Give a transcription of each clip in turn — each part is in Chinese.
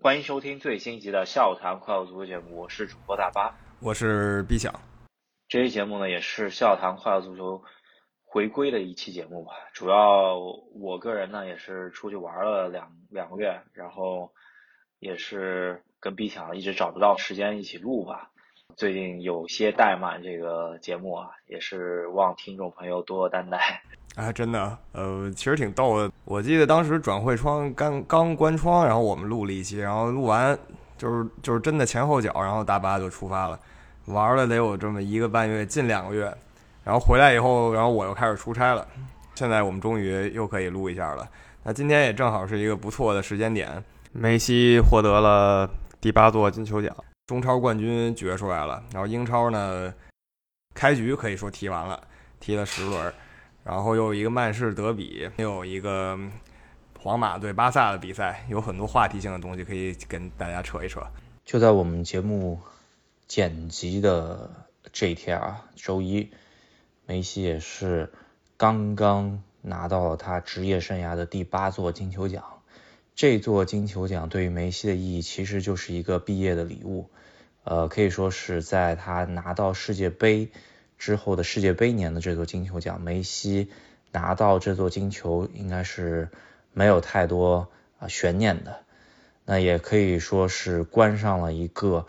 欢迎收听最新一集的笑谈快乐足球节目，我是主播大巴， 我是 B 想。 这期节目呢也是笑谈快乐足球回归的一期节目吧。主要我个人呢也是出去玩了两个月，然后也是跟 B 想一直找不到时间一起录吧。最近有些怠慢这个节目啊，也是望听众朋友多多担待。 啊，真的，其实挺逗的。我记得当时转会窗刚关窗，然后我们录了一期，然后录完就是真的前后脚，然后大巴就出发了，玩了得有这么1个半月，近2个月，然后回来以后，然后我又开始出差了。现在我们终于又可以录一下了。那今天也正好是一个不错的时间点，梅西获得了第8座金球奖，中超冠军决出来了，然后英超呢开局可以说踢完了，踢了10轮。然后又有一个曼市德比，又有一个皇马对巴萨的比赛，有很多话题性的东西可以跟大家扯一扯。 就在我们节目剪辑的这一天啊，周一，梅西也是刚刚拿到了他职业生涯的第8座金球奖。这座金球奖对于梅西的意义其实就是一个毕业的礼物，可以说是在他拿到世界杯之后的世界杯年的这座金球奖，梅西拿到这座金球应该是没有太多悬念的。那也可以说是关上了一个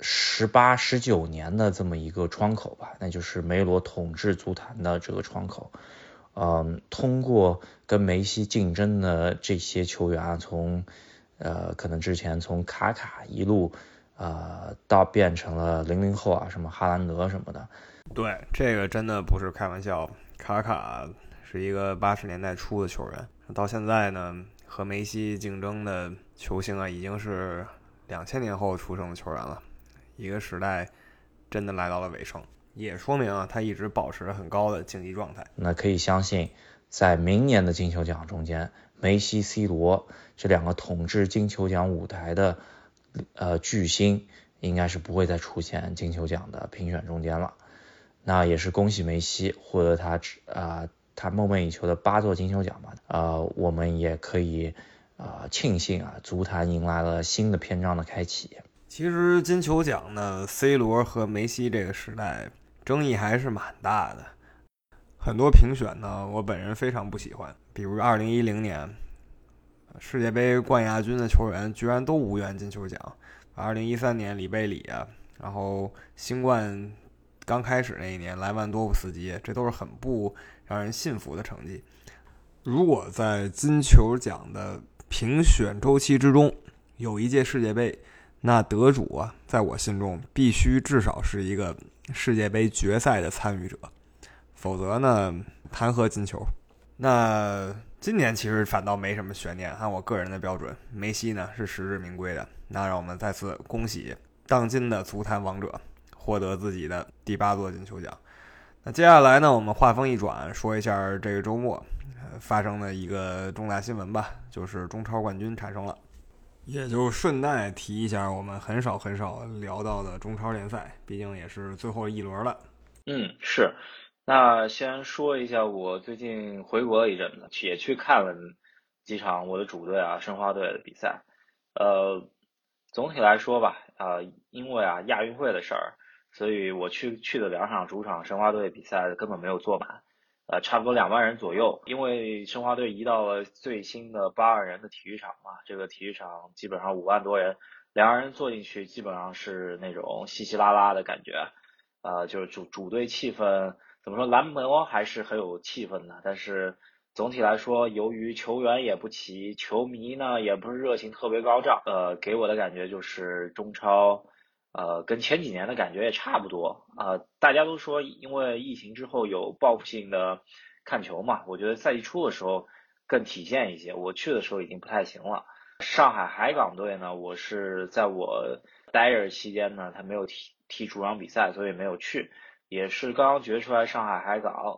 18、19年的这么一个窗口吧，那就是梅罗统治足坛的这个窗口。通过跟梅西竞争的这些球员啊，从可能之前从卡卡一路到变成了00后啊，什么哈兰德什么的。 对，这个真的不是开玩笑。卡卡是一个80年代初的球员，到现在呢，和梅西竞争的球星啊，已经是2000年后出生的球员了。一个时代真的来到了尾声，也说明啊，他一直保持着很高的竞技状态。 那可以相信，在明年的金球奖中间，梅西、C 罗这2个统治金球奖舞台的巨星，应该是不会再出现金球奖的评选中间了。那也是恭喜梅西获得他梦寐以求的8座金球奖吧。我们也可以庆幸啊，足坛迎来了新的篇章的开启。 其实金球奖呢 ，C 罗和梅西这个时代争议还是蛮大的。很多评选呢，我本人非常不喜欢，比如2010年世界杯冠亚军的球员居然都无缘金球奖，2013年里贝里啊，然后新冠刚开始那一年莱万多夫斯基，这都是很不让人信服的成绩。如果在金球奖的评选周期之中有一届世界杯，那得主啊，在我心中必须至少是一个世界杯决赛的参与者，否则呢，谈何金球？那今年其实反倒没什么悬念，按我个人的标准，梅西呢是实至名归的。那让我们再次恭喜当今的足坛王者获得自己的第8座金球奖。那接下来呢，我们话锋一转，说一下这个周末发生的一个重大新闻吧，就是中超冠军产生了。也就顺带提一下我们很少聊到的中超联赛，毕竟也是最后一轮了。 是。那先说一下，我最近回国了一阵子，也去看了几场我的主队啊申花队的比赛。总体来说吧，因为亚运会的事儿，所以我去的2场主场申花队比赛根本没有坐满，差不多2万人左右。因为申花队移到了最新的8万人的体育场嘛，这个体育场基本上5万多人，2万人坐进去基本上是那种稀稀拉拉的感觉，就是主队气氛。怎么说，蓝魔还是很有气氛的，但是总体来说，由于球员也不齐，球迷呢也不是热情特别高涨，给我的感觉就是中超，跟前几年的感觉也差不多大家都说因为疫情之后有报复性的看球嘛，我觉得赛季初的时候更体现一些，我去的时候已经不太行了。上海海港队呢，我是在我待着期间呢，他没有踢主场比赛，所以没有去。也是刚刚决出来上海海港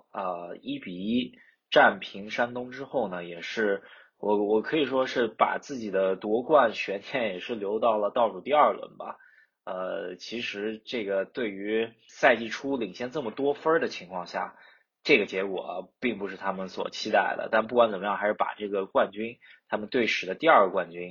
1-1战平山东之后呢，也是我可以说是把自己的夺冠悬念也是留到了倒数第2轮吧。其实这个对于赛季初领先这么多分的情况下，这个结果并不是他们所期待的。但不管怎么样，还是把这个冠军，他们队史的第2个冠军，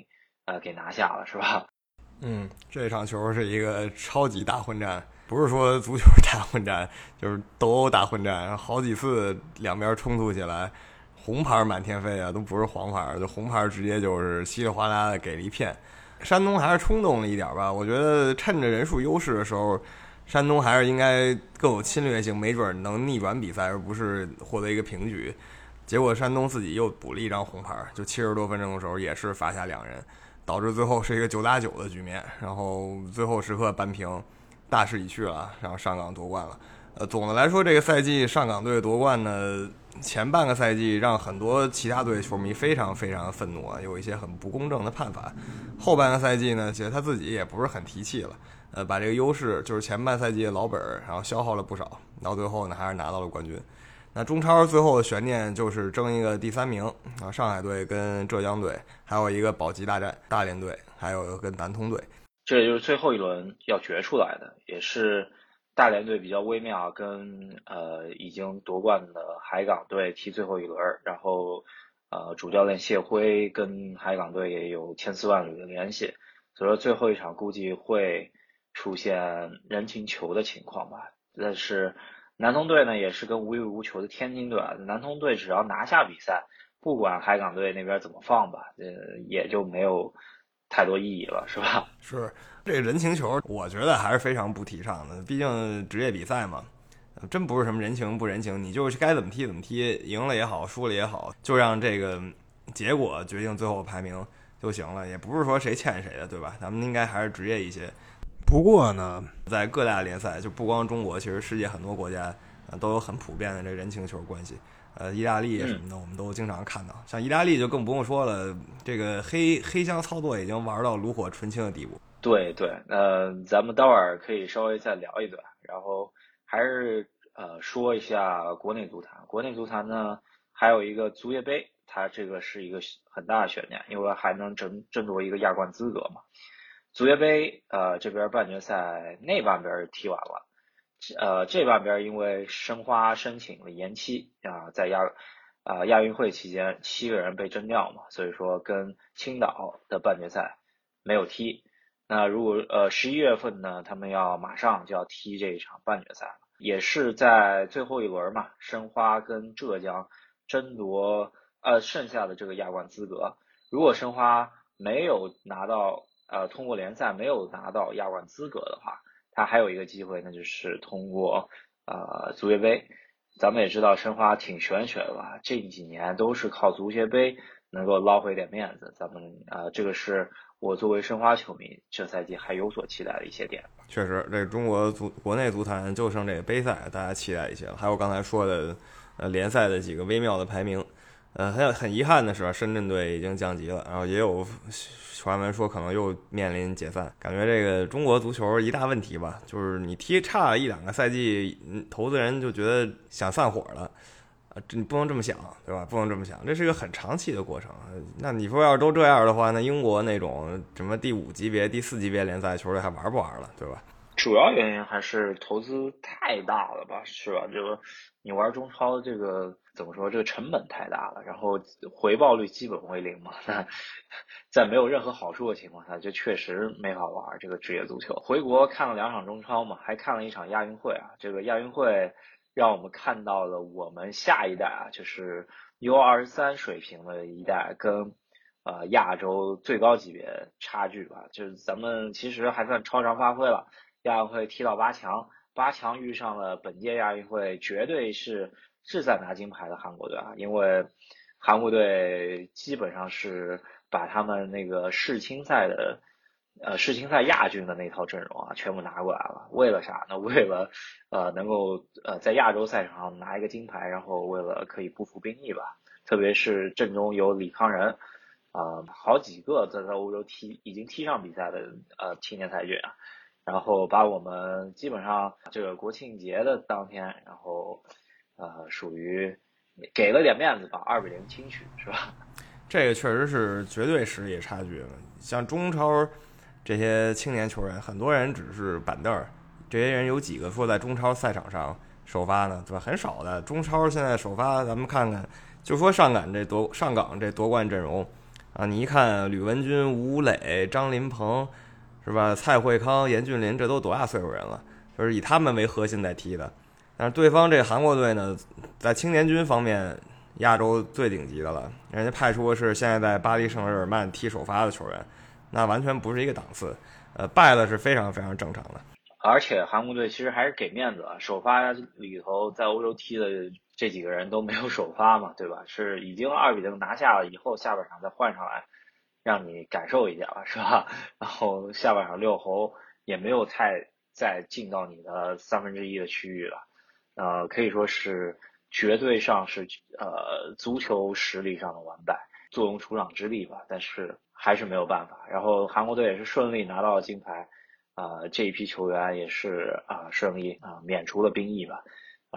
给拿下了，是吧？ 这场球是一个超级大混战，不是说足球大混战，就是斗殴大混战，好几次两边冲突起来，红牌满天飞啊，都不是黄牌，就红牌直接就是稀里哗啦的给了一片。山东还是冲动了一点吧，我觉得趁着人数优势的时候，山东还是应该更有侵略性，没准能逆转比赛，而不是获得一个平局。结果山东自己又补了一张红牌，就70多分钟的时候也是罚下2人，导致最后是一个9打9的局面，然后最后时刻扳平，大势已去了，然后上港夺冠了。总的来说，这个赛季上港队夺冠呢，前半个赛季让很多其他队球迷非常非常愤怒啊，有一些很不公正的判罚。后半个赛季呢，其实他自己也不是很提气了，把这个优势就是前半赛季的老本，然后消耗了不少，到最后呢还是拿到了冠军。那中超最后的悬念就是争一个第3名啊，上海队跟浙江队，还有一个保级大战，大连队，还有跟南通队。 这也就是最后一轮要决出来的，也是大连队比较微妙，跟已经夺冠的海港队踢最后一轮，然后主教练谢辉跟海港队也有千丝万缕的联系，所以说最后一场估计会出现人情球的情况吧。但是南通队呢也是跟无欲无求的天津队啊，南通队只要拿下比赛，不管海港队那边怎么放吧，也就没有太多意义了，是吧？ 是这个人情球，我觉得还是非常不提倡的。毕竟职业比赛嘛，真不是什么人情不人情，你就是该怎么踢怎么踢，赢了也好，输了也好，就让这个结果决定最后排名就行了，也不是说谁欠谁的，对吧？咱们应该还是职业一些。不过呢，在各大联赛，就不光中国，其实世界很多国家都有很普遍的这人情球关系。意大利什么的，我们都经常看到。像意大利就更不用说了，这个黑箱操作已经玩到炉火纯青的地步。 对，咱们待会儿可以稍微再聊一段，然后还是说一下国内足坛。国内足坛呢，还有一个足协杯，它这个是一个很大的悬念，因为还能争夺一个亚冠资格嘛。足协杯这边半决赛那半边踢完了，这半边因为申花申请了延期在亚运会期间7个人被征调嘛，所以说跟青岛的半决赛没有踢。那如果11月份呢，他们要马上就要踢这一场半决赛了，也是在最后一轮嘛，申花跟浙江争夺剩下的这个亚冠资格。如果申花没有拿到通过联赛没有拿到亚冠资格的话，他还有一个机会，那就是通过足协杯。咱们也知道申花挺玄学的吧，这几年都是靠足协杯能够捞回点面子。咱们这个是我作为申花球迷这赛季还有所期待的一些点。 确实，这中国国内足坛就剩这个杯赛，大家期待一些了。还有刚才说的联赛的几个微妙的排名。很遗憾的是，深圳队已经降级了，然后也有传闻说可能又面临解散。感觉这个中国足球一大问题吧，就是你踢差了1-2个赛季，投资人就觉得想散伙了，你不能这么想，对吧？不能这么想，这是一个很长期的过程。那你说要是都这样的话，那英国那种什么第5级别、第4级别联赛球队还玩不玩了，对吧？ 主要原因还是投资太大了吧，是吧？就你玩中超这个怎么说，这个成本太大了，然后回报率基本为0嘛。那在没有任何好处的情况下，就确实没法玩这个职业足球。回国看了2场中超嘛，还看了1场亚运会啊。这个亚运会让我们看到了我们下一代就是 U23 水平的一代跟亚洲最高级别差距吧。就是咱们其实还算超常发挥了。亚运会踢到8强遇上了本届亚运会绝对是志在拿金牌的韩国队啊，因为韩国队基本上是把他们那个世青赛亚军的那套阵容全部拿过来了。为了啥呢？为了能够在亚洲赛场上拿一个金牌，然后为了可以不服兵役吧。特别是阵中有李康仁好几个在欧洲已经踢上比赛的青年才俊啊。然后把我们基本上这个国庆节的当天，然后属于给了点面子吧，2-0轻取，是吧？ 这个确实是绝对实力差距了。像中超这些青年球员，很多人只是板凳，这些人有几个说在中超赛场上首发呢？对吧？很少的。中超现在首发，咱们看看，就说上港这夺冠阵容， 啊。你一看吕文君、吴磊、张林鹏，是吧？蔡慧康、严俊林，这都多大岁数人了？就是以他们为核心在踢的。但是对方这韩国队呢，在青年军方面，亚洲最顶级的了。人家派出的是现在在巴黎圣日耳曼踢首发的球员，那完全不是一个档次。败了是非常非常正常的。 而且韩国队其实还是给面子啊，首发里头在欧洲踢的这几个人都没有首发嘛，对吧？是已经2-0拿下了以后，下半场再换上来，让你感受一下了，是吧？然后下半场六侯也没有太再进到你的1/3的区域了，可以说是绝对上是足球实力上的完败，坐拥出场之力吧，但是还是没有办法。然后韩国队也是顺利拿到了金牌。这一批球员也是顺利免除了兵役吧。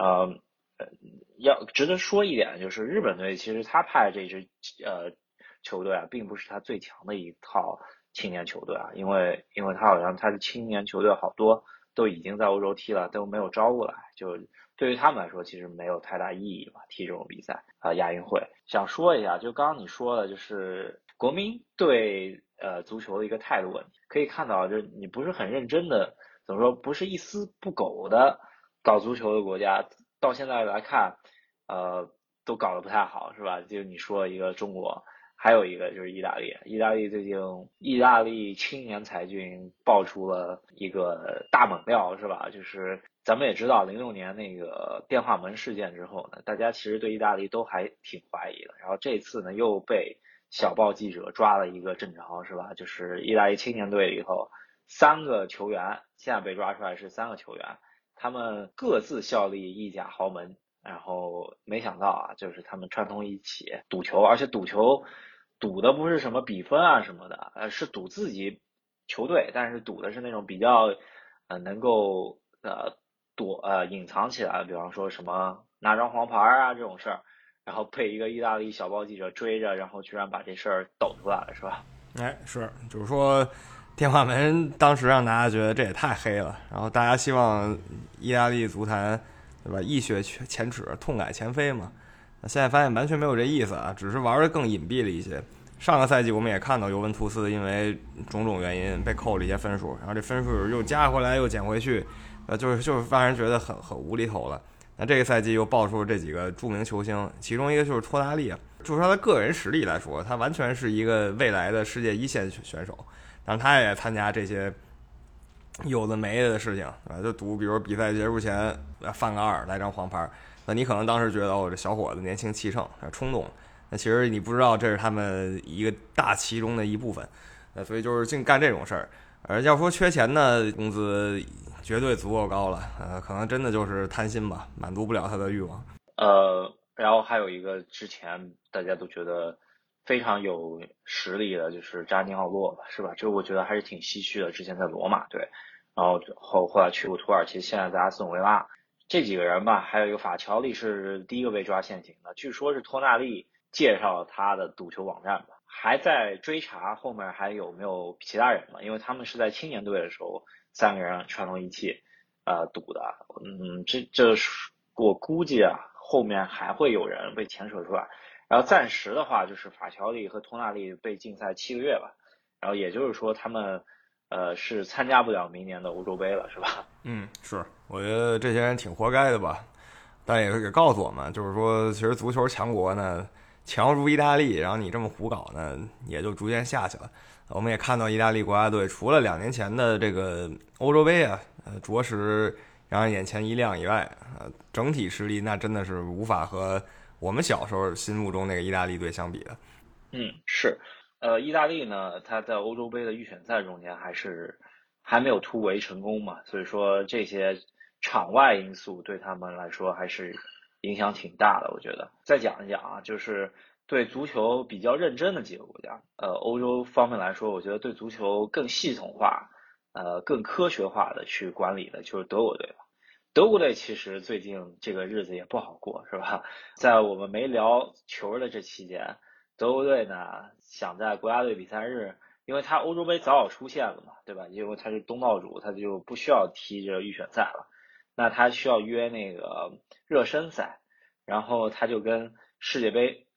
要值得说一点就是日本队其实他派这支球队并不是他最强的一套青年球队因为他好像他的青年球队好多都已经在欧洲踢了，都没有招过来，就对于他们来说其实没有太大意义吧，踢这种比赛亚运会。想说一下，就刚刚你说的，就是国民对足球的一个态度问题，可以看到，就是你不是很认真的，怎么说，不是一丝不苟的搞足球的国家，到现在来看，都搞得不太好，是吧？就你说一个中国，还有一个就是意大利，最近意大利青年才俊爆出了一个大猛料，是吧？就是咱们也知道06年那个电话门事件之后呢，大家其实对意大利都还挺怀疑的，然后这次呢又被小报记者抓了一个正着，是吧？就是意大利青年队里头3个球员，现在被抓出来是3个球员，他们各自效力意甲豪门，然后没想到就是他们串通一起赌球，而且赌球赌的不是什么比分什么的，是赌自己球队，但是赌的是那种比较能够隐藏起来，比方说什么拿张黄牌这种事儿。然后被一个意大利小报记者追着，然后居然把这事儿抖出来了，是吧？ 是，就是说，电话门当时让大家觉得这也太黑了，然后大家希望意大利足坛，对吧？一雪前耻，痛改前非嘛。那现在发现完全没有这意思只是玩的更隐蔽了一些。上个赛季我们也看到尤文图斯因为种种原因被扣了一些分数，然后这分数又加回来又减回去，就是让人觉得很无厘头了。那这个赛季又爆出了这几个著名球星，其中一个就是托纳利就是他的个人实力来说，他完全是一个未来的世界一线选手。但是他也参加这些有的没的事情就赌，比如比赛结束前犯个2来张黄牌，那你可能当时觉得这小伙子年轻气盛冲动，那其实你不知道这是他们一个大旗中的一部分，所以就是净干这种事儿。而要说缺钱呢，工资绝对足够高了，可能真的就是贪心吧，满足不了他的欲望。 然后还有一个之前大家都觉得非常有实力的，就是扎尼奥洛吧，是吧？这我觉得还是挺唏嘘的，之前在罗马队，然后后来去过土耳其，现在在阿斯顿维拉，这几个人吧，还有一个法乔利是第一个被抓现行的，据说是托纳利介绍他的赌球网站吧。还在追查后面还有没有其他人嘛？因为他们是在青年队的时候3个人串通一气赌的。这我估计后面还会有人被牵扯出来。然后暂时的话就是法乔利和托纳利被禁赛7个月吧。然后也就是说他们是参加不了明年的欧洲杯了，是吧？ 是，我觉得这些人挺活该的吧。但也是告诉我们，就是说其实足球强国呢强如意大利，然后你这么胡搞呢，也就逐渐下去了。我们也看到意大利国家队除了2年前的这个欧洲杯着实让人眼前一亮以外，整体实力那真的是无法和我们小时候心目中那个意大利队相比的。 是，意大利呢，他在欧洲杯的预选赛中间还没有突围成功嘛，所以说这些场外因素对他们来说还是影响挺大的，我觉得。再讲一讲就是对足球比较认真的几个国家，欧洲方面来说，我觉得对足球更系统化、更科学化的去管理的就是德国队了。德国队其实最近这个日子也不好过，是吧？在我们没聊球的这期间，德国队呢想在国家队比赛日，因为他欧洲杯早早出现了嘛，对吧？因为他是东道主，他就不需要踢这个预选赛了，那他需要约那个热身赛，然后他就跟世界杯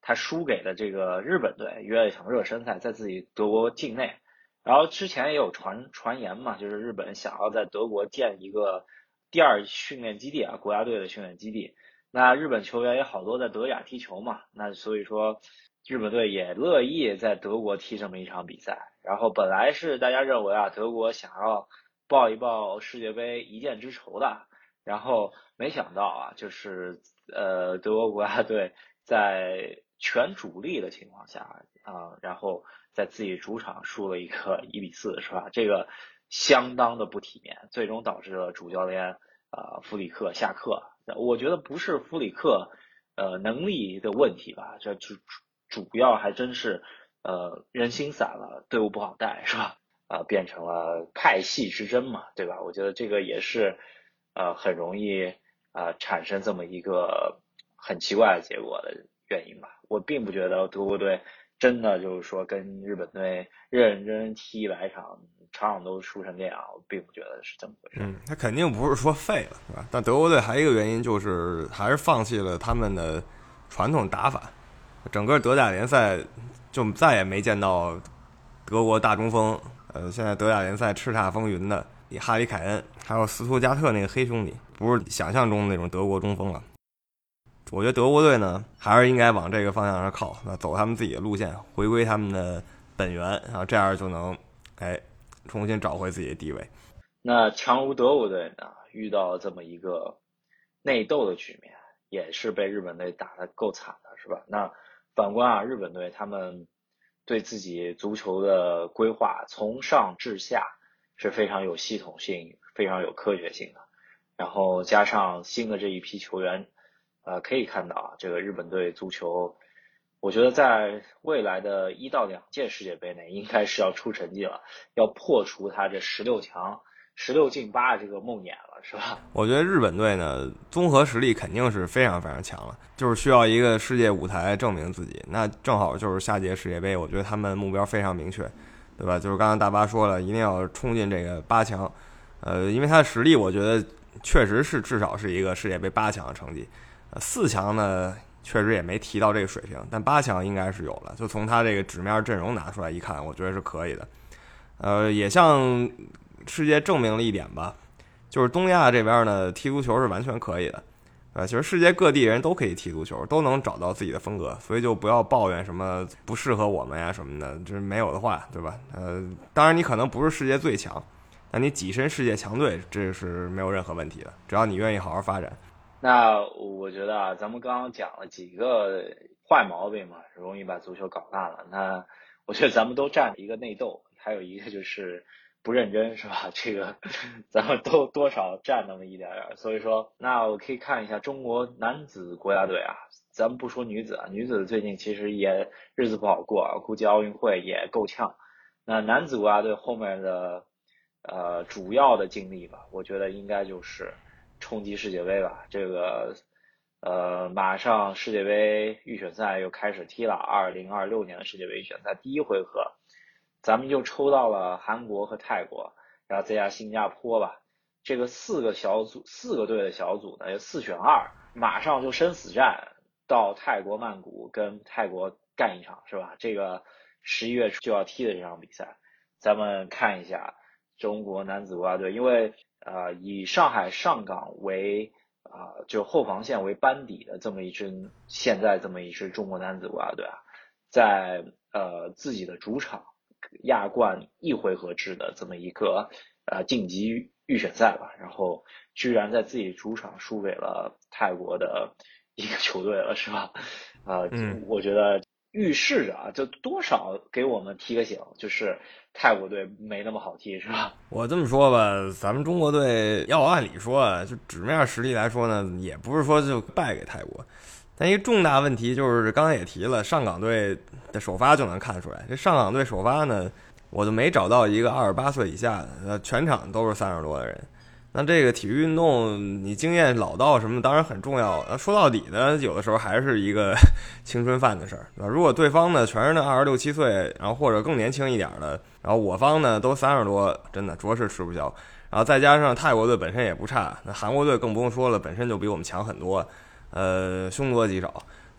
他输给了这个日本队，约了一场热身赛，在自己德国境内。然后之前也有传言嘛，就是日本想要在德国建一个第二训练基地啊，国家队的训练基地。那日本球员也好多在德甲踢球嘛，那所以说日本队也乐意在德国踢这么一场比赛。然后本来是大家认为啊，德国想要报一报世界杯一箭之仇的，然后没想到啊，就是德国国家队在全主力的情况下然后在自己主场输了一个1-4，是吧？这个相当的不体面，最终导致了主教练弗里克下课。我觉得不是弗里克能力的问题吧，这主要还真是人心散了，队伍不好带，是吧？变成了派系之争嘛，对吧？我觉得这个也是很容易产生这么一个很奇怪的结果的原因吧。我并不觉得德国队真的就是说跟日本队认真踢100场，场场都输成这样，我并不觉得是这么回事。 他肯定不是说废了，是吧？但德国队还有一个原因就是还是放弃了他们的传统打法，整个德甲联赛就再也没见到德国大中锋。现在德甲联赛叱咤风云的哈里凯恩，还有斯图加特那个黑兄弟，不是想象中的那种德国中锋了。我觉得德国队呢，还是应该往这个方向上靠，走他们自己的路线，回归他们的本源，然后这样就能重新找回自己的地位。 那强如德国队呢，遇到这么一个内斗的局面，也是被日本队打得够惨的，是吧？那反观日本队他们对自己足球的规划从上至下是非常有系统性、非常有科学性的。然后加上新的这一批球员，可以看到这个日本队足球，我觉得在未来的1到2届世界杯内，应该是要出成绩了，要破除他这16强、16进8这个梦魇了，是吧？ 我觉得日本队呢，综合实力肯定是非常非常强了，就是需要一个世界舞台证明自己。那正好就是下届世界杯，我觉得他们目标非常明确，对吧？就是刚刚大巴说了，一定要冲进这个8强。因为他的实力，我觉得确实是至少是一个世界杯8强的成绩。4强呢，确实也没提到这个水平，但8强应该是有了。就从他这个纸面阵容拿出来一看，我觉得是可以的。也向世界证明了一点吧，就是东亚这边呢，踢足球是完全可以的。其实世界各地人都可以踢足球，都能找到自己的风格，所以就不要抱怨什么不适合我们呀什么的，这没有的话，对吧？当然你可能不是世界最强，但你跻身世界强队，这是没有任何问题的，只要你愿意好好发展。 那我觉得咱们刚刚讲了几个坏毛病嘛，容易把足球搞烂了。那我觉得咱们都占了一个内斗，还有一个就是不认真，是吧？这个咱们都多少占那么一点点。所以说，那我可以看一下中国男子国家队啊，咱们不说女子啊，女子最近其实也日子不好过啊，估计奥运会也够呛。那男子国家队后面的主要的精力吧，我觉得应该就是冲击世界杯吧。这个马上世界杯预选赛又开始踢了，2026年的世界杯预选赛第一回合，咱们就抽到了韩国和泰国，然后再加新加坡吧。这个4个队的小组呢，4选2，马上就生死战，到泰国曼谷跟泰国干一场，是吧？这个11月就要踢的这场比赛，咱们看一下中国男子国家队，因为以上海上港为就后防线为班底的现在这么一支中国男子国家队啊，在自己的主场亚冠1回合制的这么一个晋级预选赛吧，然后居然在自己主场输给了泰国的一个球队了，是吧？我觉得预示着就多少给我们提个醒，就是泰国队没那么好踢，是吧？ 我这么说吧，咱们中国队要按理说，就纸面实力来说呢，也不是说就败给泰国。但一个重大问题就是刚才也提了，上港队的首发就能看出来，这上港队首发呢，我就没找到一个28岁以下的，全场都是30多的人。那这个体育运动，你经验老道什么当然很重要。说到底呢，有的时候还是一个青春饭的事儿。如果对方呢全是那26、7岁，然后或者更年轻一点的，然后我方呢都30多，真的着实吃不消。然后再加上泰国队本身也不差，那韩国队更不用说了，本身就比我们强很多，凶多吉少。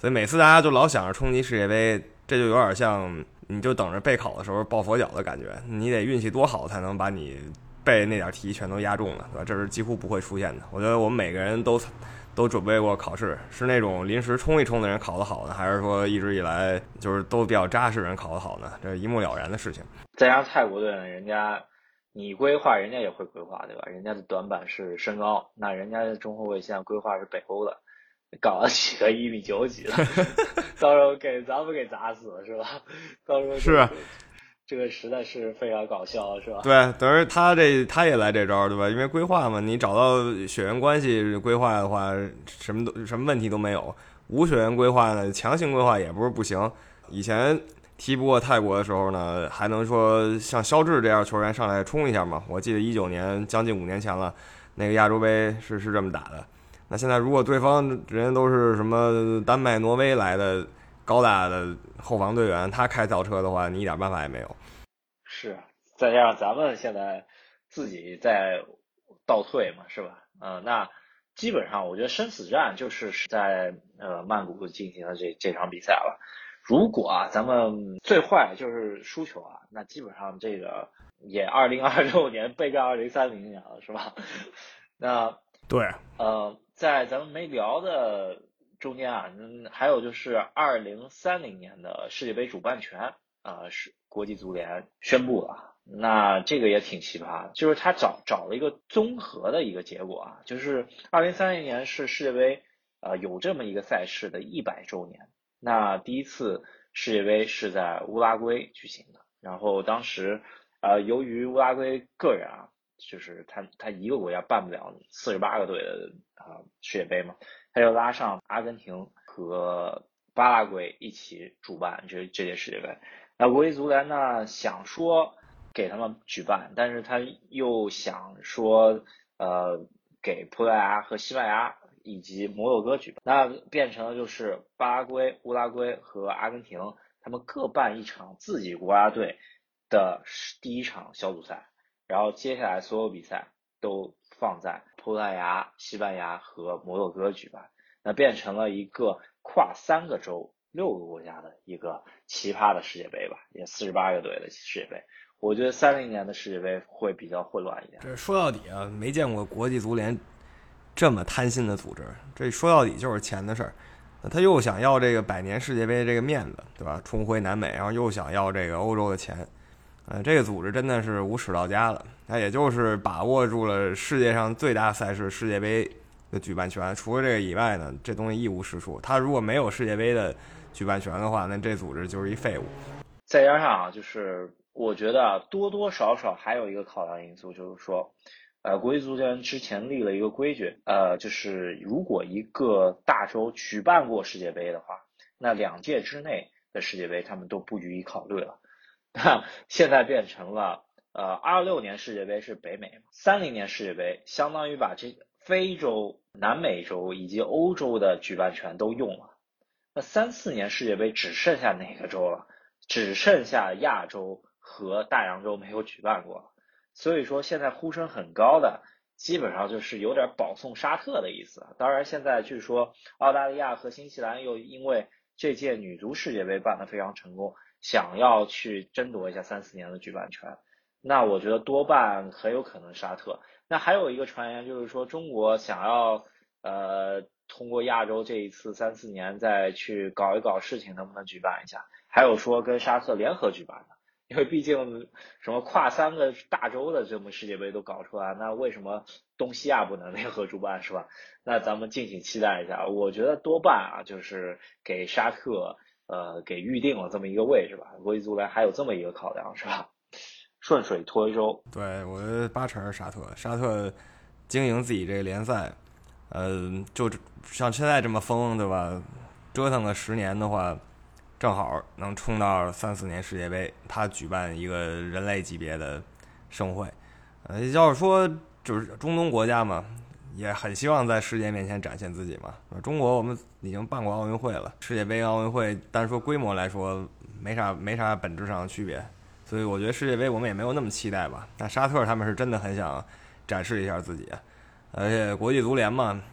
所以每次大家就老想着冲击世界杯，这就有点像你就等着备考的时候抱佛脚的感觉，你得运气多好才能把你背那点题全都压中了，对吧？这是几乎不会出现的。我觉得我们每个人都准备过考试，是那种临时冲一冲的人考得好呢，还是说一直以来就是都比较扎实的人考得好呢？这是一目了然的事情。 再加上泰国队呢，人家你规划，人家也会规划，对吧？人家的短板是身高，那人家的中后卫现在规划是北欧的，搞了几个1.9米几的，到时候给咱们给砸死了，是吧？到时候是。 这个实在是非常搞笑，是吧？ 对，等于他也来这招，对吧？因为规划嘛，你找到血缘关系规划的话，什么问题都没有。无血缘规划呢，强行规划也不是不行。以前踢不过泰国的时候呢，还能说像肖智这样球员上来冲一下嘛？我记得19年，将近5年前了，那个亚洲杯是这么打的。那现在如果对方人家都是什么丹麦、挪威来的高大的后防队员，他开造车的话，你一点办法也没有。 是，再加上咱们现在自己在倒退嘛，是吧？那基本上我觉得生死战就是在曼谷进行的这场比赛了。如果啊咱们最坏就是输球啊，那基本上这个也2026年备战2030年了，是吧？那对， 在咱们没聊的中间啊，还有就是2030年的世界杯主办权是国际足联宣布了。那这个也挺奇葩，就是他找了一个综合的一个结果啊，就是2030年是世界杯有这么一个赛事的100周年。那第一次世界杯是在乌拉圭举行的，然后当时由于乌拉圭个人啊，就是他一个国家办不了48个队的世界杯嘛，他就拉上阿根廷和巴拉圭一起主办这届世界杯。那国际足联呢想说给他们举办，但是他又想说给葡萄牙和西班牙以及摩洛哥举办，那变成了就是巴拉圭、乌拉圭和阿根廷他们各办一场自己国家队的第一场小组赛，然后接下来所有比赛都放在葡萄牙、西班牙和摩洛哥举办，那变成了一个跨3个洲、6个国家的一个奇葩的世界杯吧，也48个队的世界杯。我觉得30年的世界杯会比较混乱一点。 这说到底啊，没见过国际足联这么贪心的组织，这说到底就是钱的事儿。他又想要这个100年世界杯这个面子，对吧？重回南美，然后又想要这个欧洲的钱，这个组织真的是无耻到家了。他也就是把握住了世界上最大赛事世界杯的举办权，除了这个以外呢，这东西一无是处。他如果没有世界杯的举办权的话，那这组织就是一废物。 再加上啊，就是我觉得多多少少还有一个考量因素，就是说国际足联之前立了一个规矩，就是如果一个大洲举办过世界杯的话，那2届之内的世界杯他们都不予以考虑了。现在变成了26年世界杯是北美，30年世界杯相当于把这非洲、南美洲以及欧洲的举办权都用了。那34年世界杯只剩下哪个洲了？只剩下亚洲和大洋洲没有举办过了。所以说现在呼声很高的基本上就是有点保送沙特的意思。当然现在据说澳大利亚和新西兰又因为这届女足世界杯办得非常成功，想要去争夺一下34年的举办权，那我觉得多半很有可能沙特。那还有一个传言就是说中国想要通过亚洲这一次34年再去搞一搞事情，能不能举办一下，还有说跟沙特联合举办的。因为毕竟什么跨3个大洲的这么世界杯都搞出来，那为什么东西亚不能联合主办，是吧？那咱们敬请期待一下。我觉得多半啊就是给沙特给预定了这么一个位置吧。国际足联还有这么一个考量，是吧？顺水推舟。 对，我的8成是沙特经营自己这个联赛，就像现在这么疯，对吧？折腾个10年的话，正好能冲到34年世界杯，他举办一个人类级别的盛会。要是说就是中东国家嘛，也很希望在世界面前展现自己嘛。中国我们已经办过奥运会了，世界杯、奥运会，单说规模来说，没啥本质上的区别。所以我觉得世界杯我们也没有那么期待吧。但沙特他们是真的很想展示一下自己，而且国际足联嘛，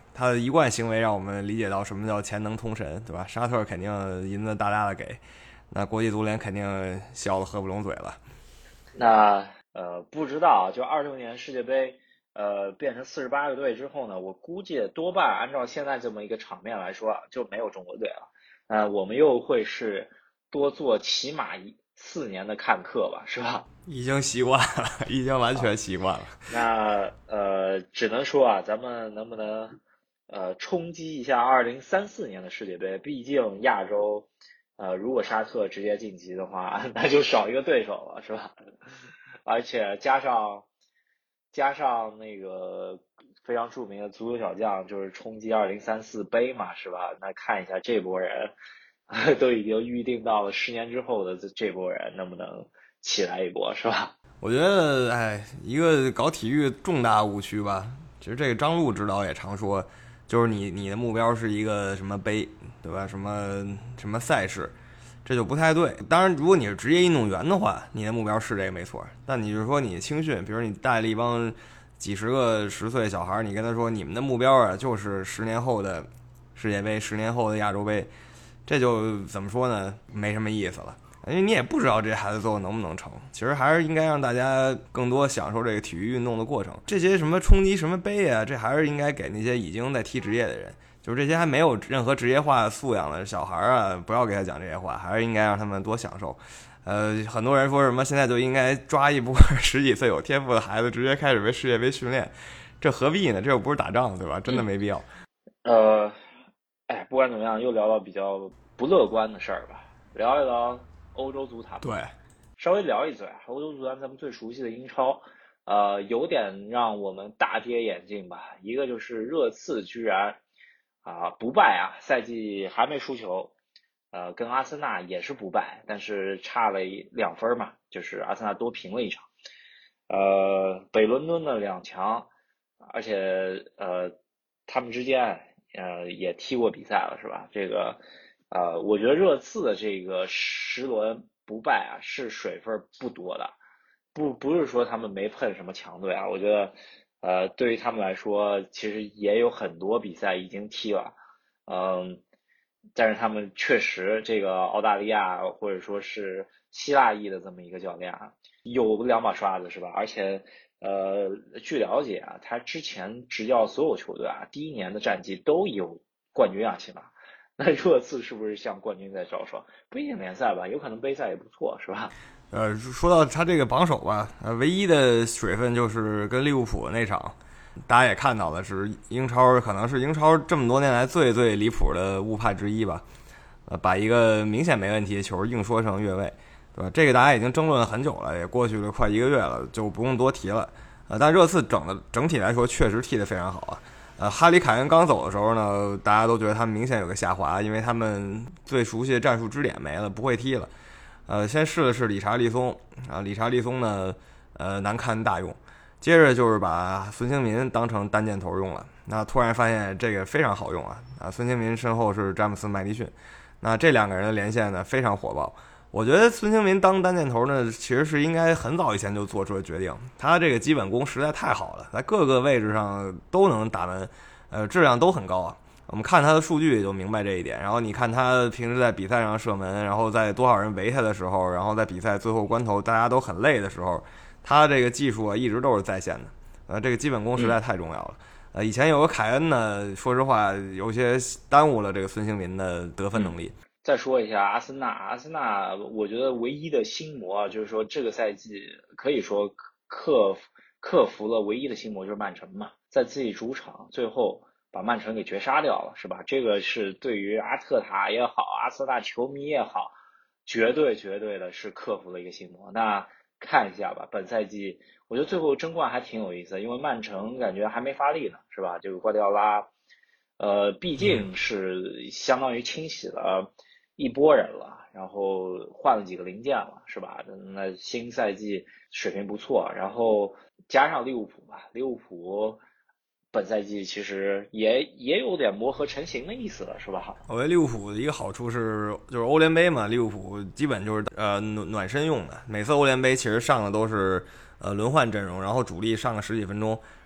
他的一贯行为让我们理解到什么叫钱能通神，对吧？沙特肯定银子大大的给，那国际足联肯定笑得合不拢嘴了。 那不知道，就26年世界杯变成48个队之后呢，我估计多半按照现在这么一个场面来说，就没有中国队了。我们又会是多做起码4年的看客吧，是吧？ 已经习惯了，已经完全习惯了。 那只能说啊，咱们能不能冲击一下2034年的世界杯？毕竟亚洲如果沙特直接晋级的话，那就少一个对手了，是吧？而且加上那个非常著名的足球小将，就是冲击2034杯嘛，是吧？那看一下这波人都已经预定到了10年之后的这波人能不能起来一波，是吧？ 我觉得，一个搞体育重大误区吧。其实这个张路指导也常说，就是你的目标是一个什么杯，对吧？什么赛事，这就不太对。当然，如果你是职业运动员的话，你的目标是这个没错。但你就是说你青训，比如你带了一帮几十个10岁小孩，你跟他说你们的目标啊，就是10年后的世界杯，10年后的亚洲杯，这就怎么说呢？没什么意思了。因为你也不知道这孩子最后能不能成，其实还是应该让大家更多享受这个体育运动的过程。这些什么冲击什么杯啊，这还是应该给那些已经在踢职业的人，就是这些还没有任何职业化素养的小孩啊，不要给他讲这些话，还是应该让他们多享受。很多人说什么现在就应该抓一波10几岁有天赋的孩子，直接开始为世界杯训练，这何必呢？这又不是打仗，对吧？真的没必要。 不管怎么样，又聊到比较不乐观的事儿吧，聊一聊欧洲足坛。 对， 稍微聊一嘴欧洲足坛，咱们最熟悉的英超，有点让我们大跌眼镜吧。一个就是热刺居然不败啊，赛季还没输球，跟阿森纳也是不败，但是差了2分嘛，就是阿森纳多平了1场。北伦敦的2强，而且他们之间也踢过比赛了，是吧？这个我觉得热刺的这个10轮不败啊，是水分不多的，不是说他们没碰什么强队啊。我觉得对于他们来说，其实也有很多比赛已经踢了，但是他们确实这个澳大利亚或者说是希腊裔的这么一个教练啊，有2把刷子，是吧？而且据了解啊，他之前执教所有球队啊，第1年的战绩都有冠军啊，起码。那热刺是不是向冠军在招手？不一定联赛吧，有可能杯赛也不错，是吧？ 说到他这个榜首吧，唯一的水分就是跟利物浦那场，大家也看到了，是英超可能是英超这么多年来最离谱的误判之一吧。把一个明显没问题的球硬说成越位，对吧？这个大家已经争论了很久了，也过去了快1个月了，就不用多提了。但热刺整体来说确实踢得非常好啊。哈里凯恩刚走的时候呢，大家都觉得他们明显有个下滑，因为他们最熟悉的战术支点没了，不会踢了。先试的是理查利松啊，理查利松呢，难堪大用。接着就是把孙兴民当成单箭头用了，那突然发现这个非常好用啊！孙兴民身后是詹姆斯麦迪逊，那这2个人的连线呢非常火爆。我觉得孙兴民当单箭头呢，其实是应该很早以前就做出了决定。他这个基本功实在太好了，在各个位置上都能打门，质量都很高啊。我们看他的数据就明白这一点。然后你看他平时在比赛上射门，然后在多少人围他的时候，然后在比赛最后关头大家都很累的时候，他这个技术啊一直都是在线的。这个基本功实在太重要了。以前有个凯恩呢，说实话有些耽误了这个孙兴民的得分能力。 再说一下阿森纳，我觉得唯一的心魔就是说这个赛季可以说克服了唯一的心魔，就是曼城嘛，在自己主场最后把曼城给绝杀掉了，是吧？这个是对于阿特塔也好，阿森纳球迷也好，绝对的是克服了一个心魔。那看一下吧，本赛季我觉得最后争冠还挺有意思的，因为曼城感觉还没发力呢，是吧？这个瓜迪奥拉毕竟是相当于清洗了一波人了，然后换了几个零件了，是吧？那新赛季水平不错，然后加上利物浦吧，利物浦本赛季其实也有点磨合成型的意思了，是吧？ 我觉得利物浦的一个好处是，就是欧联杯嘛，利物浦基本就是暖身用的。每次欧联杯其实上的都是轮换阵容，然后主力上个10几分钟，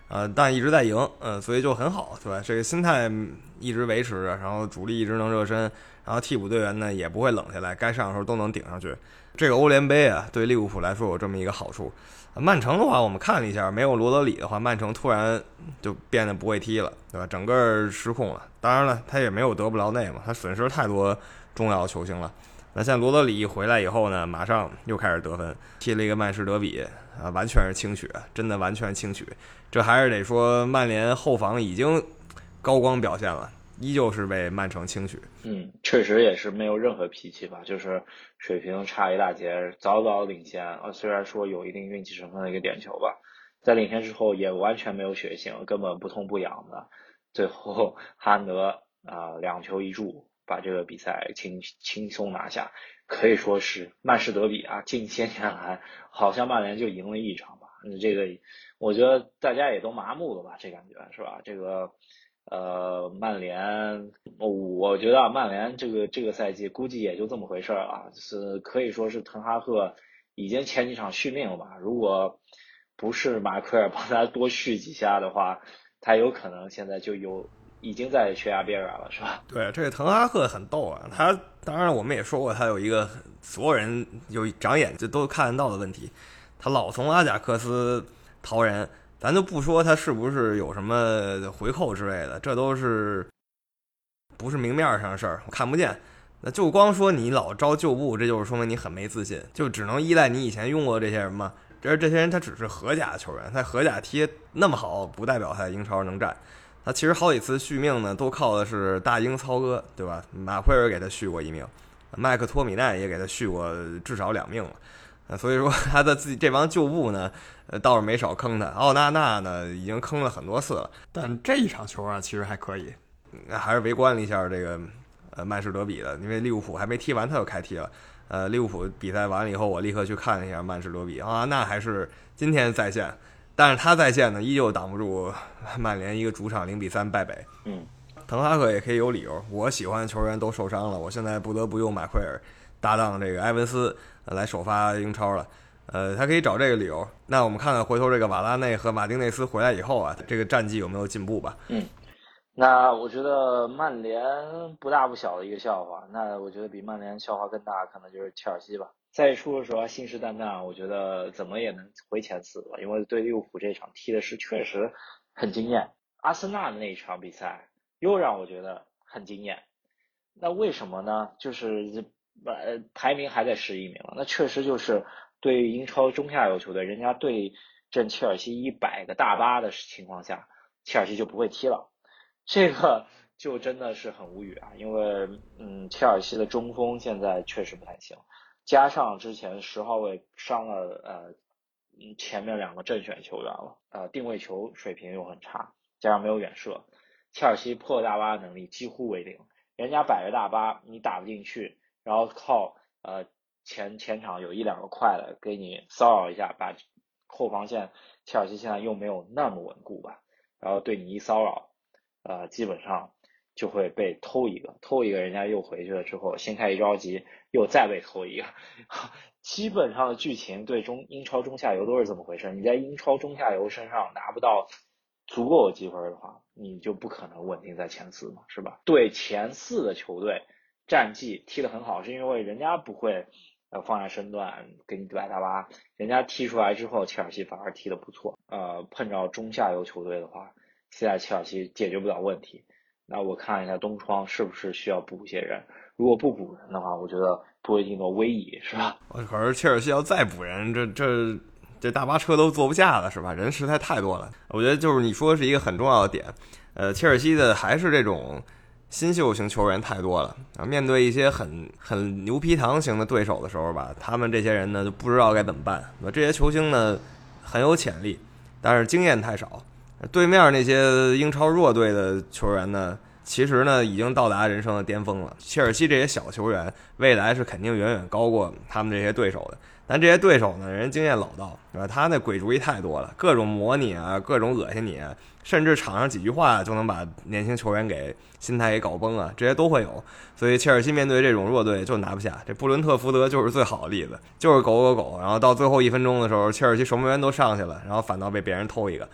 但一直在赢，所以就很好，对吧？这个心态一直维持着，然后主力一直能热身，然后替补队员呢也不会冷下来，该上的时候都能顶上去。这个欧联杯啊，对利物浦来说有这么一个好处。曼城的话，我们看了一下，没有罗德里的话，曼城突然就变得不会踢了，对吧？整个失控了。当然了，他也没有德布劳内嘛，他损失太多重要球星了。那像罗德里回来以后呢，马上又开始得分，踢了一个曼市德比完全是清血，真的完全清血。这还是得说曼联后防已经高光表现了，依旧是被曼城轻取。 确实也是没有任何脾气吧，就是水平差一大截，早早领先虽然说有一定运气成分的一个点球吧，在领先之后也完全没有血性，根本不痛不痒的，最后哈兰德2球1助把这个比赛轻松拿下，可以说是曼市德比近些年来好像曼联就赢了一场吧。这个我觉得大家也都麻木了吧，这感觉是吧？这个曼联，我觉得曼联这个赛季估计也就这么回事了，是可以说是滕哈赫已经前几场续命了吧。如果不是马奎尔帮他多续几下的话，他有可能现在就已经在悬崖边缘了，是吧？ 对，这个滕哈赫很逗啊，他当然我们也说过，他有一个所有人有长眼睛都看得到的问题，他老从阿贾克斯淘人。咱就不说他是不是有什么回扣之类的，这都是不是明面上的事儿，看不见。那就光说你老招旧部，这就是说明你很没自信，就只能依赖你以前用过这些人嘛。这些人他只是荷甲球员，他荷甲踢那么好，不代表他在英超能战。他其实好几次续命呢，都靠的是大英操哥，对吧？马奎尔给他续过1命，麦克托米奈也给他续过至少2命了。所以说他的自己这帮旧部呢，倒是没少坑他。奥纳纳呢，已经坑了很多次了。但这一场球其实还可以，还是围观了一下这个曼市德比的，因为利物浦还没踢完他就开踢了。利物浦比赛完了以后，我立刻去看了一下曼市德比那还是今天在线，但是他在线呢，依旧挡不住曼联一个主场0-3败北。滕哈赫也可以有理由，我喜欢的球员都受伤了，我现在不得不用马奎尔搭档这个埃文斯来首发英超了，他可以找这个理由。那我们看看回头这个瓦拉内和马丁内斯回来以后这个战绩有没有进步吧？ 那我觉得曼联不大不小的一个笑话，那我觉得比曼联笑话更大可能就是切尔西吧。赛初的时候信誓旦旦，我觉得怎么也能回前4吧，因为对利物浦这场踢的是确实很惊艳。阿森纳的那一场比赛又让我觉得很惊艳，那为什么呢？就是排名还在11名了，那确实就是对于英超中下游球队，人家对阵切尔西100个大巴的情况下，切尔西就不会踢了，这个就真的是很无语因为切尔西的中锋现在确实不太行，加上之前10号位伤了前面2个正选球员了，定位球水平又很差，加上没有远射，切尔西破大巴能力几乎为零，人家100个大巴你打不进去，然后靠前场有1-2个快的给你骚扰一下，把后防线切尔西现在又没有那么稳固吧，然后对你一骚扰基本上就会被偷一个人家又回去了之后，心态一着急又再被偷一个基本上的剧情对英超中下游都是这么回事，你在英超中下游身上拿不到足够的积分的话，你就不可能稳定在前4嘛，是吧？对前4的球队战绩踢得很好，是因为人家不会放下身段给你摆大巴，人家踢出来之后切尔西反而踢得不错。碰着中下游球队的话，现在切尔西解决不了问题，那我看一下东窗是不是需要补一些人，如果不补人的话，我觉得波维蒂诺危矣，是吧？ 可是切尔西要再补人，这大巴车都坐不下了，是吧？人实在太多了。我觉得就是你说的是一个很重要的点，切尔西的还是这种新秀型球员太多了面对一些很牛皮糖型的对手的时候吧，他们这些人呢就不知道该怎么办。这些球星呢很有潜力，但是经验太少。对面那些英超弱队的球员呢，其实呢已经到达人生的巅峰了。切尔西这些小球员未来是肯定远远高过他们这些对手的，但这些对手呢人经验老道，是吧？他那鬼主意太多了，各种模拟各种恶心你甚至场上几句话就能把年轻球员给心态给搞崩这些都会有。所以切尔西面对这种弱队就拿不下，这布伦特福德就是最好的例子，就是狗，然后到最后1分钟的时候，切尔西守门员都上去了，然后反倒被别人偷一个。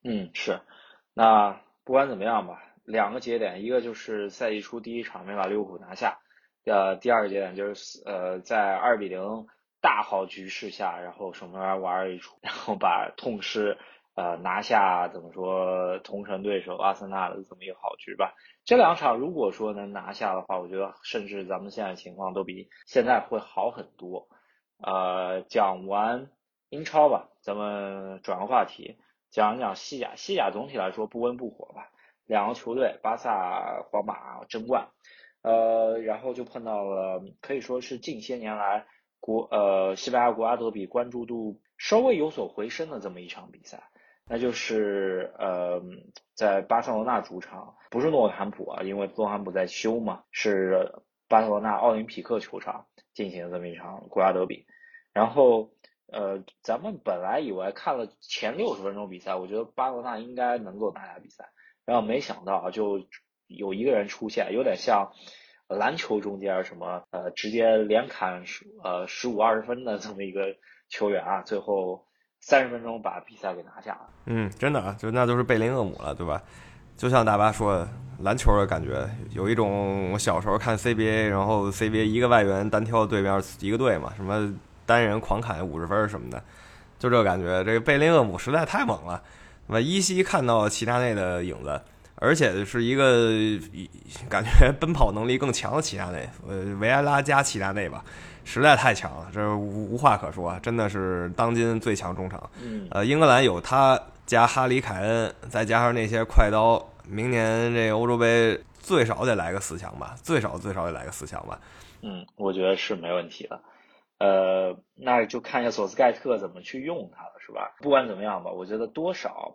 是。那不管怎么样吧，两个节点，一个就是赛季初第一场没把利物浦拿下，第二个节点就是在2-0大好局势下，然手门员玩一出，然后把痛失拿下怎么说同城对手阿森纳的这么一个好局吧。这两场如果说能拿下的话，我觉得甚至咱们现在情况都比现在会好很多。讲完英超吧，咱们转个话题，讲一讲西甲。西甲总体来说不温不火吧，两个球队巴萨、皇马争冠，然后就碰到了可以说是近些年来西班牙国家德比关注度稍微有所回升的这么一场比赛，那就是在巴塞罗那主场，不是诺坎普啊，因为诺坎普在修嘛，是巴塞罗那奥林匹克球场进行的这么一场国家德比。然后咱们本来以为看了前60分钟比赛，我觉得巴塞罗那应该能够拿下比赛，然后没想到就有一个人出现，有点像篮球中间什么直接连砍15-20分的这么一个球员啊，最后30分钟把比赛给拿下了。 真的啊，那就是贝林厄姆了，对吧？就像大巴说的，篮球的感觉有一种我小时候看 CBA， 然后 CBA 一个外援单挑对面一个队嘛，什么单人狂砍50分什么的，就这感觉。这个贝林厄姆实在太猛了，那么依稀看到齐达内的影子，而且是一个感觉奔跑能力更强的齐达内，维埃拉加齐达内吧，实在太强了，这无话可说，真的是当今最强中场。英格兰有他加哈里凯恩，再加上那些快刀，明年这欧洲杯最少得来个4强吧，最少得来个4强吧。 我觉得是没问题的。那就看一下索斯盖特怎么去用它了，是吧？不管怎么样吧，我觉得多少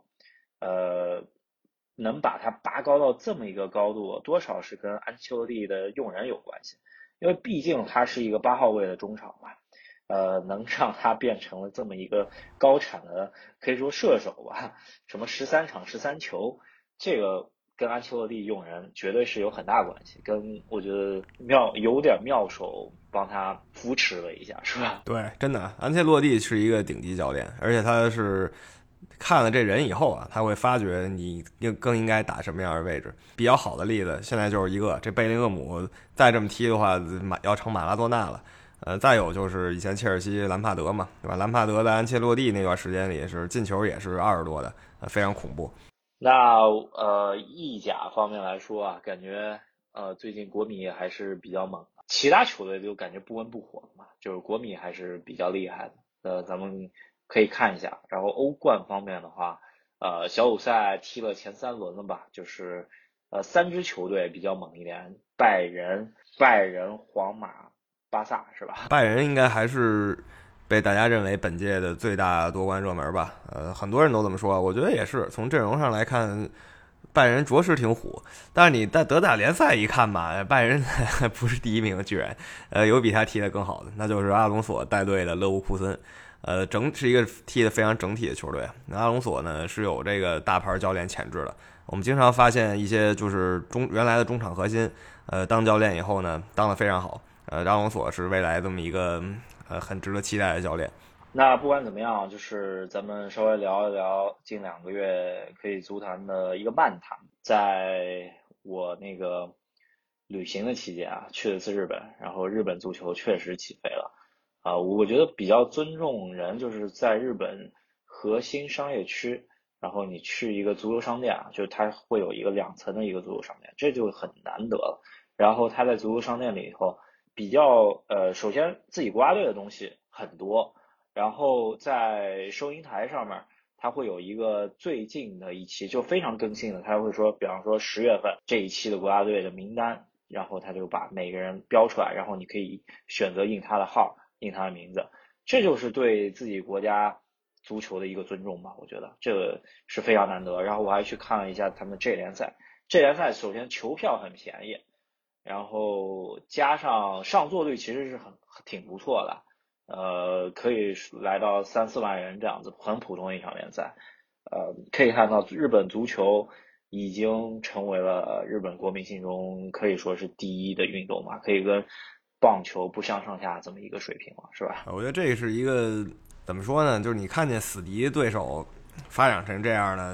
能把它拔高到这么一个高度，多少是跟安切洛蒂的用人有关系，因为毕竟他是一个8号位的中场嘛，能让他变成了这么一个高产的，可以说射手吧，什么13场13球，这个跟安切洛蒂用人绝对是有很大关系，跟我觉得有点妙手帮他扶持了一下，是吧？ 对，真的，安切洛蒂是一个顶级教练，而且他是看了这人以后啊，他会发觉你更应该打什么样的位置。比较好的例子，现在就是一个这贝林厄姆再这么踢的话，要成马拉多纳了。再有就是以前切尔西兰帕德嘛，对吧？兰帕德在安切洛蒂那段时间里是进球也是20多的，非常恐怖。 那意甲方面来说啊，感觉最近国米还是比较猛，其他球队就感觉不温不火嘛，就是国米还是比较厉害的。咱们可以看一下。然后欧冠方面的话，小组赛踢了前3轮了吧，就是3支球队比较猛一点，拜仁、皇马、巴萨是吧？ 拜仁应该还是被大家认为本届的最大夺冠热门吧？很多人都这么说，我觉得也是。从阵容上来看，拜仁着实挺虎，但是你在德甲联赛一看吧，拜仁不是第1名，居然有比他踢得更好的，那就是阿隆索带队的勒沃库森。是一个踢得非常整体的球队。那阿隆索呢是有这个大牌教练潜质的。我们经常发现一些就是原来的中场核心，当教练以后呢，当得非常好。阿隆索是未来这么一个很值得期待的教练。 那不管怎么样，就是咱们稍微聊一聊近2个月可以足坛的一个漫谈。在我那个旅行的期间啊，去了一次日本，然后日本足球确实起飞了。我觉得比较尊重人，就是在日本核心商业区，然后你去一个足球商店啊，就是它会有一个2层的一个足球商店，这就很难得了。然后他在足球商店里头比较首先自己国家队的东西很多，然后在收银台上面它会有一个最近的一期就非常更新的，他会说比方说10月份这一期的国家队的名单，然后他就把每个人标出来，然后你可以选择印他的号，印他的名字，这就是对自己国家足球的一个尊重吧，我觉得这个是非常难得。然后我还去看了一下他们这联赛，首先球票很便宜，然后加上上座率其实是挺不错的，可以来到3-4万人这样子，很普通的一场联赛。可以看到日本足球已经成为了日本国民心中可以说是第一的运动嘛，可以跟棒球不相上下这么一个水平了，是吧？ 我觉得这是一个怎么说呢？就是你看见死敌对手发展成这样呢，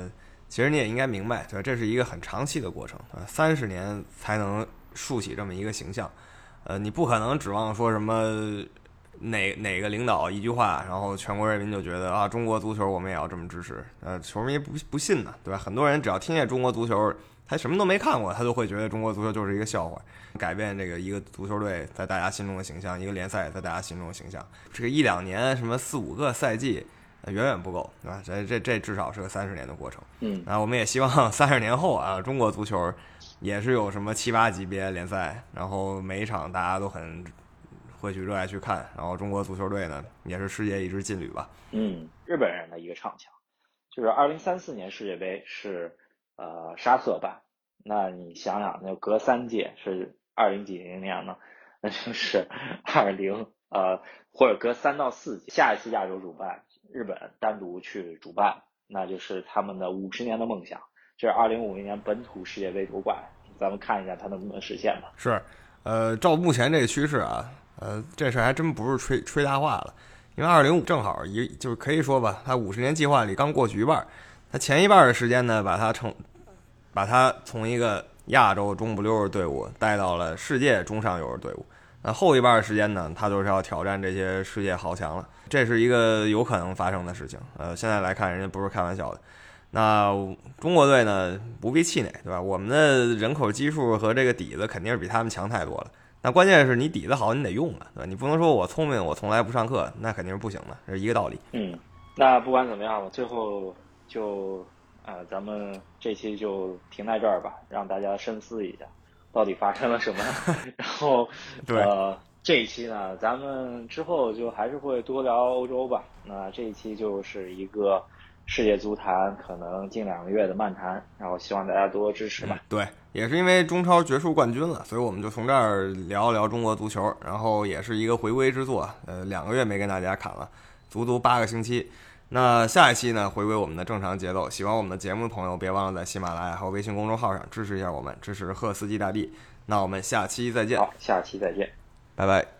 其实你也应该明白，对吧？这是一个很长期的过程，30年才能树起这么一个形象。你不可能指望说什么哪个领导一句话，然后全国人民就觉得啊，中国足球我们也要这么支持。球迷不信呢，对吧？很多人只要听见中国足球，他什么都没看过，他就会觉得中国足球就是一个笑话。改变这个一个足球队在大家心中的形象，一个联赛在大家心中的形象，这个1-2年什么4-5个赛季远远不够，对吧？这至少是个30年的过程。我们也希望30年后啊，中国足球也是有什么7-8级别联赛，然后每一场大家都很会去热爱去看，然后中国足球队呢也是世界一支劲旅吧。 日本人的一个唱腔，就是2034年世界杯是沙特办，那你想想，那隔3届是20几零年呢，那就是或者隔3到4届，下一次亚洲主办，日本单独去主办，那就是他们的50年的梦想，这是2050年本土世界杯夺冠，咱们看一下他能不能实现吧。 是，照目前这个趋势啊，这事还真不是吹大话了，因为2025正好就是可以说吧，他50年计划里刚过去一半，他前一半的时间呢，把他从一个亚洲中不溜的队伍带到了世界中上游的队伍。那后一半的时间呢，他就是要挑战这些世界豪强了，这是一个有可能发生的事情。现在来看，人家不是开玩笑的。那中国队呢，不必气馁，对吧？我们的人口基数和这个底子肯定是比他们强太多了。那关键是你底子好，你得用啊，对吧？你不能说我聪明，我从来不上课，那肯定是不行的，这是一个道理。 那不管怎么样吧，最后就咱们这期就停在这儿吧，让大家深思一下，到底发生了什么。然后这一期呢，咱们之后就还是会多聊欧洲吧。那这一期就是一个世界足坛可能近2个月的漫谈，然后希望大家多支持吧。 对，也是因为中超决出冠军了，所以我们就从这儿聊一聊中国足球，然后也是一个回归之作。2个月没跟大家侃了，足足8个星期。那下一期呢，回归我们的正常节奏。喜欢我们的节目的朋友，别忘了在喜马拉雅和微信公众号上支持一下我们，支持赫斯基大帝。那我们下期再见。 好，下期再见， 拜拜。